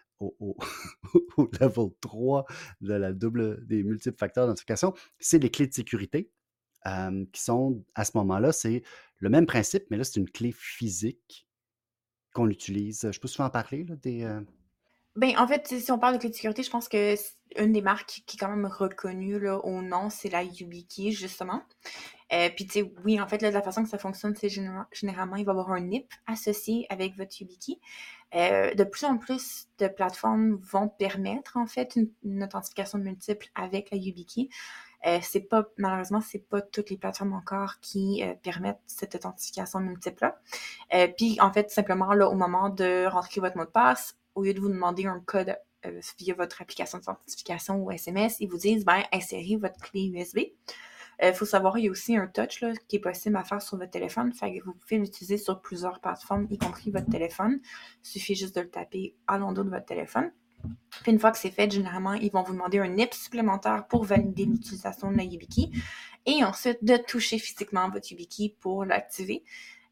level 3 des multiples facteurs d'identification. C'est les clés de sécurité qui sont, à ce moment-là, c'est le même principe, mais là, c'est une clé physique qu'on utilise. Je peux souvent en parler là, en fait, si on parle de clé de sécurité, je pense que une des marques qui est quand même reconnue là, au nom, c'est la YubiKey, justement. Puis, tu sais, oui, en fait, là, de la façon que ça fonctionne, c'est généralement, il va y avoir un NIP associé avec votre YubiKey. De plus en plus de plateformes vont permettre, en fait, une authentification multiple avec la YubiKey. Malheureusement, c'est pas toutes les plateformes encore qui permettent cette authentification multiple-là. Puis, en fait, simplement, là, au moment de rentrer votre mot de passe, au lieu de vous demander un code via votre application d'authentification ou SMS, ils vous disent, insérez votre clé USB. Il faut savoir, il y a aussi un touch là, qui est possible à faire sur votre téléphone. Fait que vous pouvez l'utiliser sur plusieurs plateformes, y compris votre téléphone. Il suffit juste de le taper à l'endos de votre téléphone. Puis une fois que c'est fait, généralement, ils vont vous demander un NIP supplémentaire pour valider l'utilisation de la YubiKey. Et ensuite, de toucher physiquement votre YubiKey pour l'activer.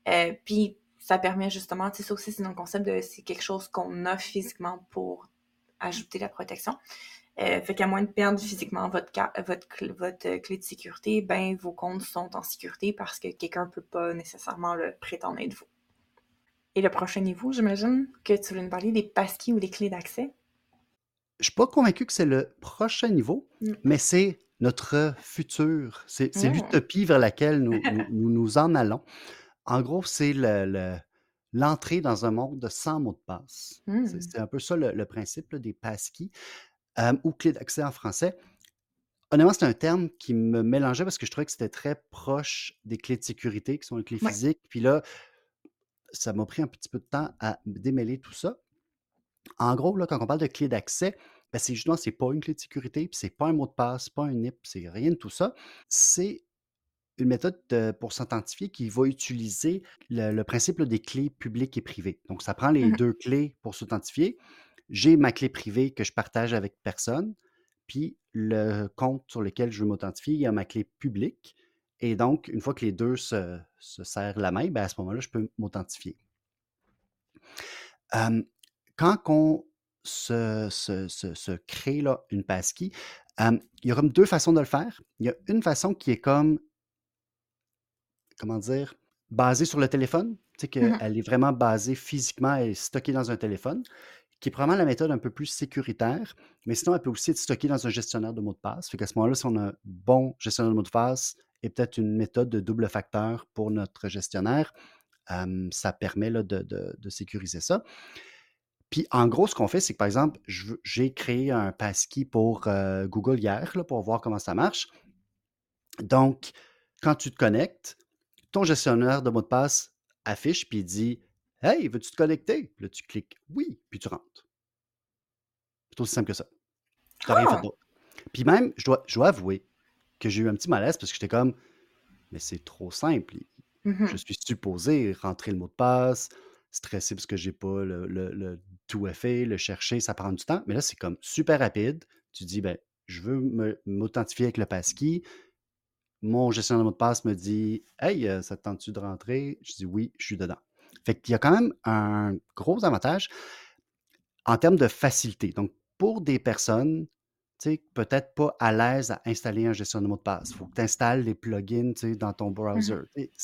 Puis ça permet justement, ça aussi, c'est dans le concept de c'est quelque chose qu'on a physiquement pour ajouter la protection. Fait qu'à moins de perdre physiquement votre clé de sécurité, ben vos comptes sont en sécurité parce que quelqu'un ne peut pas nécessairement le prétendre être vous. Et le prochain niveau, j'imagine que tu voulais nous parler des passkey ou des clés d'accès. Je suis pas convaincu que c'est le prochain niveau, mais c'est notre futur. C'est l'utopie vers laquelle nous en allons. En gros, c'est l'entrée dans un monde sans mot de passe. C'est un peu ça le principe là, des passkey ou clés d'accès en français. Honnêtement, c'est un terme qui me mélangeait parce que je trouvais que c'était très proche des clés de sécurité, qui sont les clés physiques. Puis là, ça m'a pris un petit peu de temps à démêler tout ça. En gros, là, quand on parle de clé d'accès, ben c'est justement, c'est pas une clé de sécurité, puis c'est pas un mot de passe, pas un NIP, c'est rien de tout ça. C'est une méthode pour s'authentifier qui va utiliser le principe là, des clés publiques et privées. Donc, ça prend les deux clés pour s'authentifier. J'ai ma clé privée que je partage avec personne, puis le compte sur lequel je veux m'authentifier, il y a ma clé publique. Et donc, une fois que les deux se serrent la main, ben à ce moment-là, je peux m'authentifier. Quand on se crée là, une passkey, il y a comme deux façons de le faire. Il y a une façon qui est comme, comment dire, basée sur le téléphone, tu sais, qu'elle est vraiment basée physiquement, elle est stockée dans un téléphone, qui est probablement la méthode un peu plus sécuritaire, mais sinon, elle peut aussi être stockée dans un gestionnaire de mots de passe. Fait qu'à ce moment-là, si on a un bon gestionnaire de mots de passe et peut-être une méthode de double facteur pour notre gestionnaire, ça permet là, de sécuriser ça. Puis, en gros, ce qu'on fait, c'est que, par exemple, j'ai créé un passkey pour Google hier, là, pour voir comment ça marche. Donc, quand tu te connectes, ton gestionnaire de mots de passe affiche, puis il dit « Hey, veux-tu te connecter? » Puis là, tu cliques « Oui », puis tu rentres. C'est aussi simple que ça. Tu n'as rien fait d'autre. Puis même, je dois avouer que j'ai eu un petit malaise parce que j'étais comme « Mais c'est trop simple. Je suis supposé rentrer le mot de passe, stressé parce que j'ai pas le tout effet, le chercher, ça prend du temps. Mais là, c'est comme super rapide. Tu dis, ben, je veux m'authentifier avec le passkey. Mon gestionnaire de mot de passe me dit, hey, ça te tente-tu de rentrer? Je dis oui, je suis dedans. Fait qu'il y a quand même un gros avantage en termes de facilité. Donc, pour des personnes, tu sais, peut-être pas à l'aise à installer un gestionnaire de mot de passe, il faut que tu installes les plugins, tu sais, dans ton browser.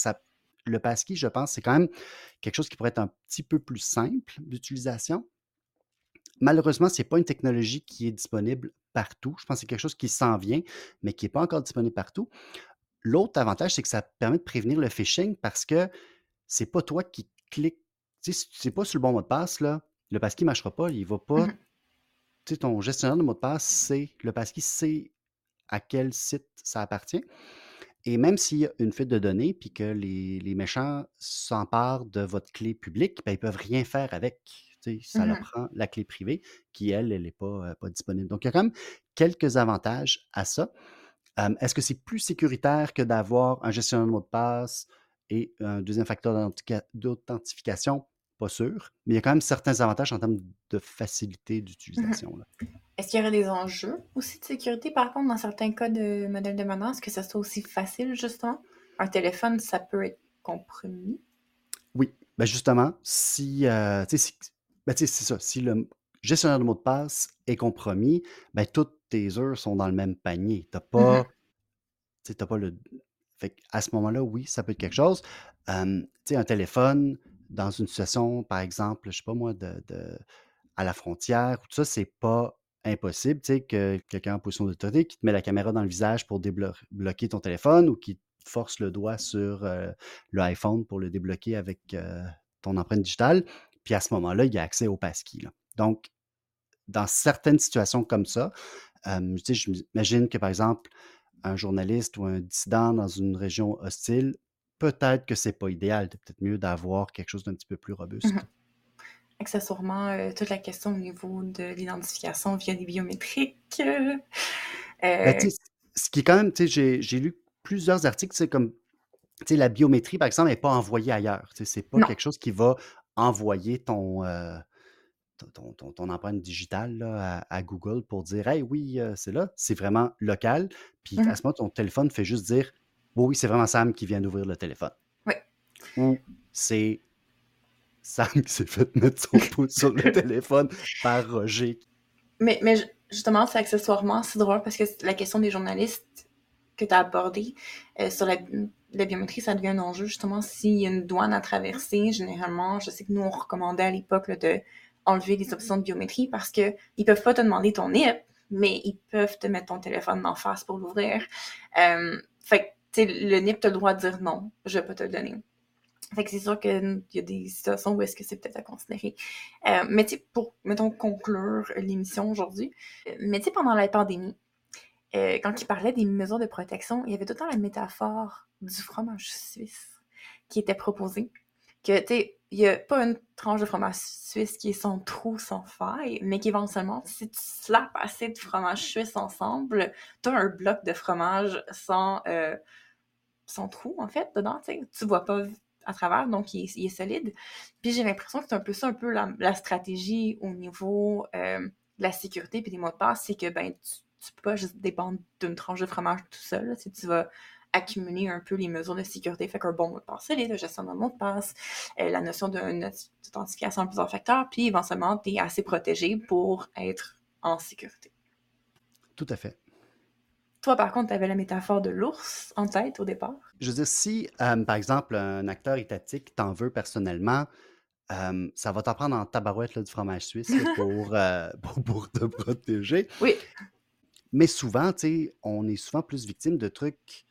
Le passkey, je pense, c'est quand même quelque chose qui pourrait être un petit peu plus simple d'utilisation. Malheureusement, ce n'est pas une technologie qui est disponible partout. Je pense que c'est quelque chose qui s'en vient, mais qui n'est pas encore disponible partout. L'autre avantage, c'est que ça permet de prévenir le phishing parce que c'est pas toi qui cliques. Tu sais, si c'est pas sur le bon mot de passe, là, le passkey ne marchera pas, il ne va pas. Tu sais, ton gestionnaire de mot de passe, le passkey sait à quel site ça appartient. Et même s'il y a une fuite de données puis que les méchants s'emparent de votre clé publique, ben, ils ne peuvent rien faire avec. Ça leur prend la clé privée qui, elle n'est pas disponible. Donc, il y a quand même quelques avantages à ça. Est-ce que c'est plus sécuritaire que d'avoir un gestionnaire de mot de passe et un deuxième facteur d'authentification? Pas sûr. Mais il y a quand même certains avantages en termes de facilité d'utilisation. Est-ce qu'il y aurait des enjeux aussi de sécurité, par contre, dans certains cas de modèle de menace, que ça soit aussi facile, justement? Un téléphone, ça peut être compromis? Oui. Ben justement, si, c'est ça. Si le gestionnaire de mots de passe est compromis, ben toutes tes œufs sont dans le même panier. Tu n'as pas, t'as pas le... Fait à ce moment-là, oui, ça peut être quelque chose. Un téléphone, dans une situation, par exemple, je ne sais pas moi, à la frontière, tout ça, c'est pas impossible, que quelqu'un en position d'autorité qui te met la caméra dans le visage pour débloquer ton téléphone ou qui te force le doigt sur le iPhone pour le débloquer avec ton empreinte digitale. Puis à ce moment-là, il y a accès au passkey. Donc, dans certaines situations comme ça, je m'imagine que, par exemple, un journaliste ou un dissident dans une région hostile, peut-être que c'est pas idéal. C'est peut-être mieux d'avoir quelque chose d'un petit peu plus robuste. Accessoirement, toute la question au niveau de l'identification via des biométriques. Ce qui est quand même, j'ai lu plusieurs articles, c'est comme, la biométrie, par exemple, n'est pas envoyée ailleurs. C'est pas quelque chose qui va envoyer ton empreinte digitale là, à Google pour dire « Hey, oui, c'est là ». C'est vraiment local. Puis à ce moment, ton téléphone fait juste dire « Oui, c'est vraiment Sam qui vient d'ouvrir le téléphone ». Oui. Ou c'est Sam qui s'est fait mettre son pouce sur le téléphone par Roger. Mais justement, c'est accessoirement, c'est drôle parce que la question des journalistes que tu as abordée sur la biométrie, ça devient un enjeu. Justement, s'il y a une douane à traverser, généralement, je sais que nous, on recommandait à l'époque là, de enlever les options de biométrie parce qu'ils ne peuvent pas te demander ton NIP, mais ils peuvent te mettre ton téléphone en face pour l'ouvrir. Fait que, le NIP, tu as le droit de dire non, je ne vais pas te le donner. Fait que c'est sûr qu'il y a des situations où est-ce que c'est peut-être à considérer. Mais tu sais, pour, mettons, conclure l'émission aujourd'hui, mais tu sais, pendant la pandémie, quand il parlait des mesures de protection, il y avait tout le temps la métaphore du fromage suisse qui était proposée. Que, tu sais, il n'y a pas une tranche de fromage suisse qui est sans trou, sans faille, mais qu'éventuellement, si tu slappes assez de fromage suisse ensemble, tu as un bloc de fromage sans trou, en fait, dedans, tu sais. Tu vois pas à travers, donc il est solide. Puis j'ai l'impression que c'est un peu ça, un peu la stratégie au niveau de la sécurité puis des mots de passe, c'est que ben tu peux pas juste dépendre d'une tranche de fromage tout seul, là, tu vas accumuler un peu les mesures de sécurité, fait qu'un bon mot de passe solide, la gestion d'un mot de passe, la notion d'une authentification en plusieurs facteurs, puis éventuellement, tu es assez protégé pour être en sécurité. Tout à fait. Toi, par contre, tu avais la métaphore de l'ours en tête au départ. Je veux dire, si, par exemple, un acteur étatique t'en veut personnellement, ça va t'en prendre en tabarouette là, du fromage suisse là, pour te protéger. Oui. Mais souvent, on est souvent plus victime de trucs,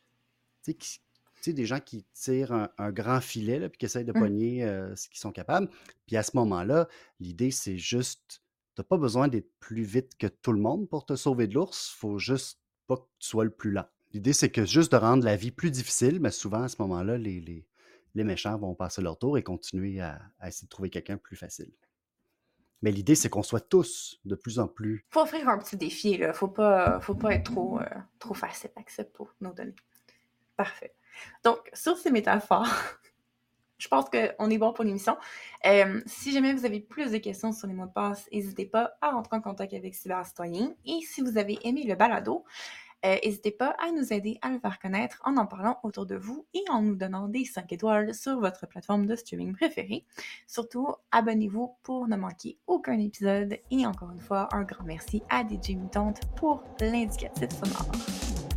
des gens qui tirent un grand filet là, puis qui essayent de pogner ce qu'ils sont capables. Puis à ce moment-là, l'idée, c'est juste, t'as pas besoin d'être plus vite que tout le monde pour te sauver de l'ours. Faut juste pas que tu sois le plus lent. L'idée, c'est que juste de rendre la vie plus difficile, mais souvent, à ce moment-là, les méchants vont passer leur tour et continuer à essayer de trouver quelqu'un de plus facile. Mais l'idée, c'est qu'on soit tous de plus en plus... Faut offrir un petit défi, là. Faut pas être trop facile d'accès pour nos données. Parfait. Donc, sur ces métaphores, je pense qu'on est bon pour l'émission. Si jamais vous avez plus de questions sur les mots de passe, n'hésitez pas à rentrer en contact avec Cybercitoyen. Et si vous avez aimé le balado, n'hésitez pas à nous aider à le faire connaître en parlant autour de vous et en nous donnant des 5 étoiles sur votre plateforme de streaming préférée. Surtout, abonnez-vous pour ne manquer aucun épisode. Et encore une fois, un grand merci à DJ Mutante pour l'indicatif sonore.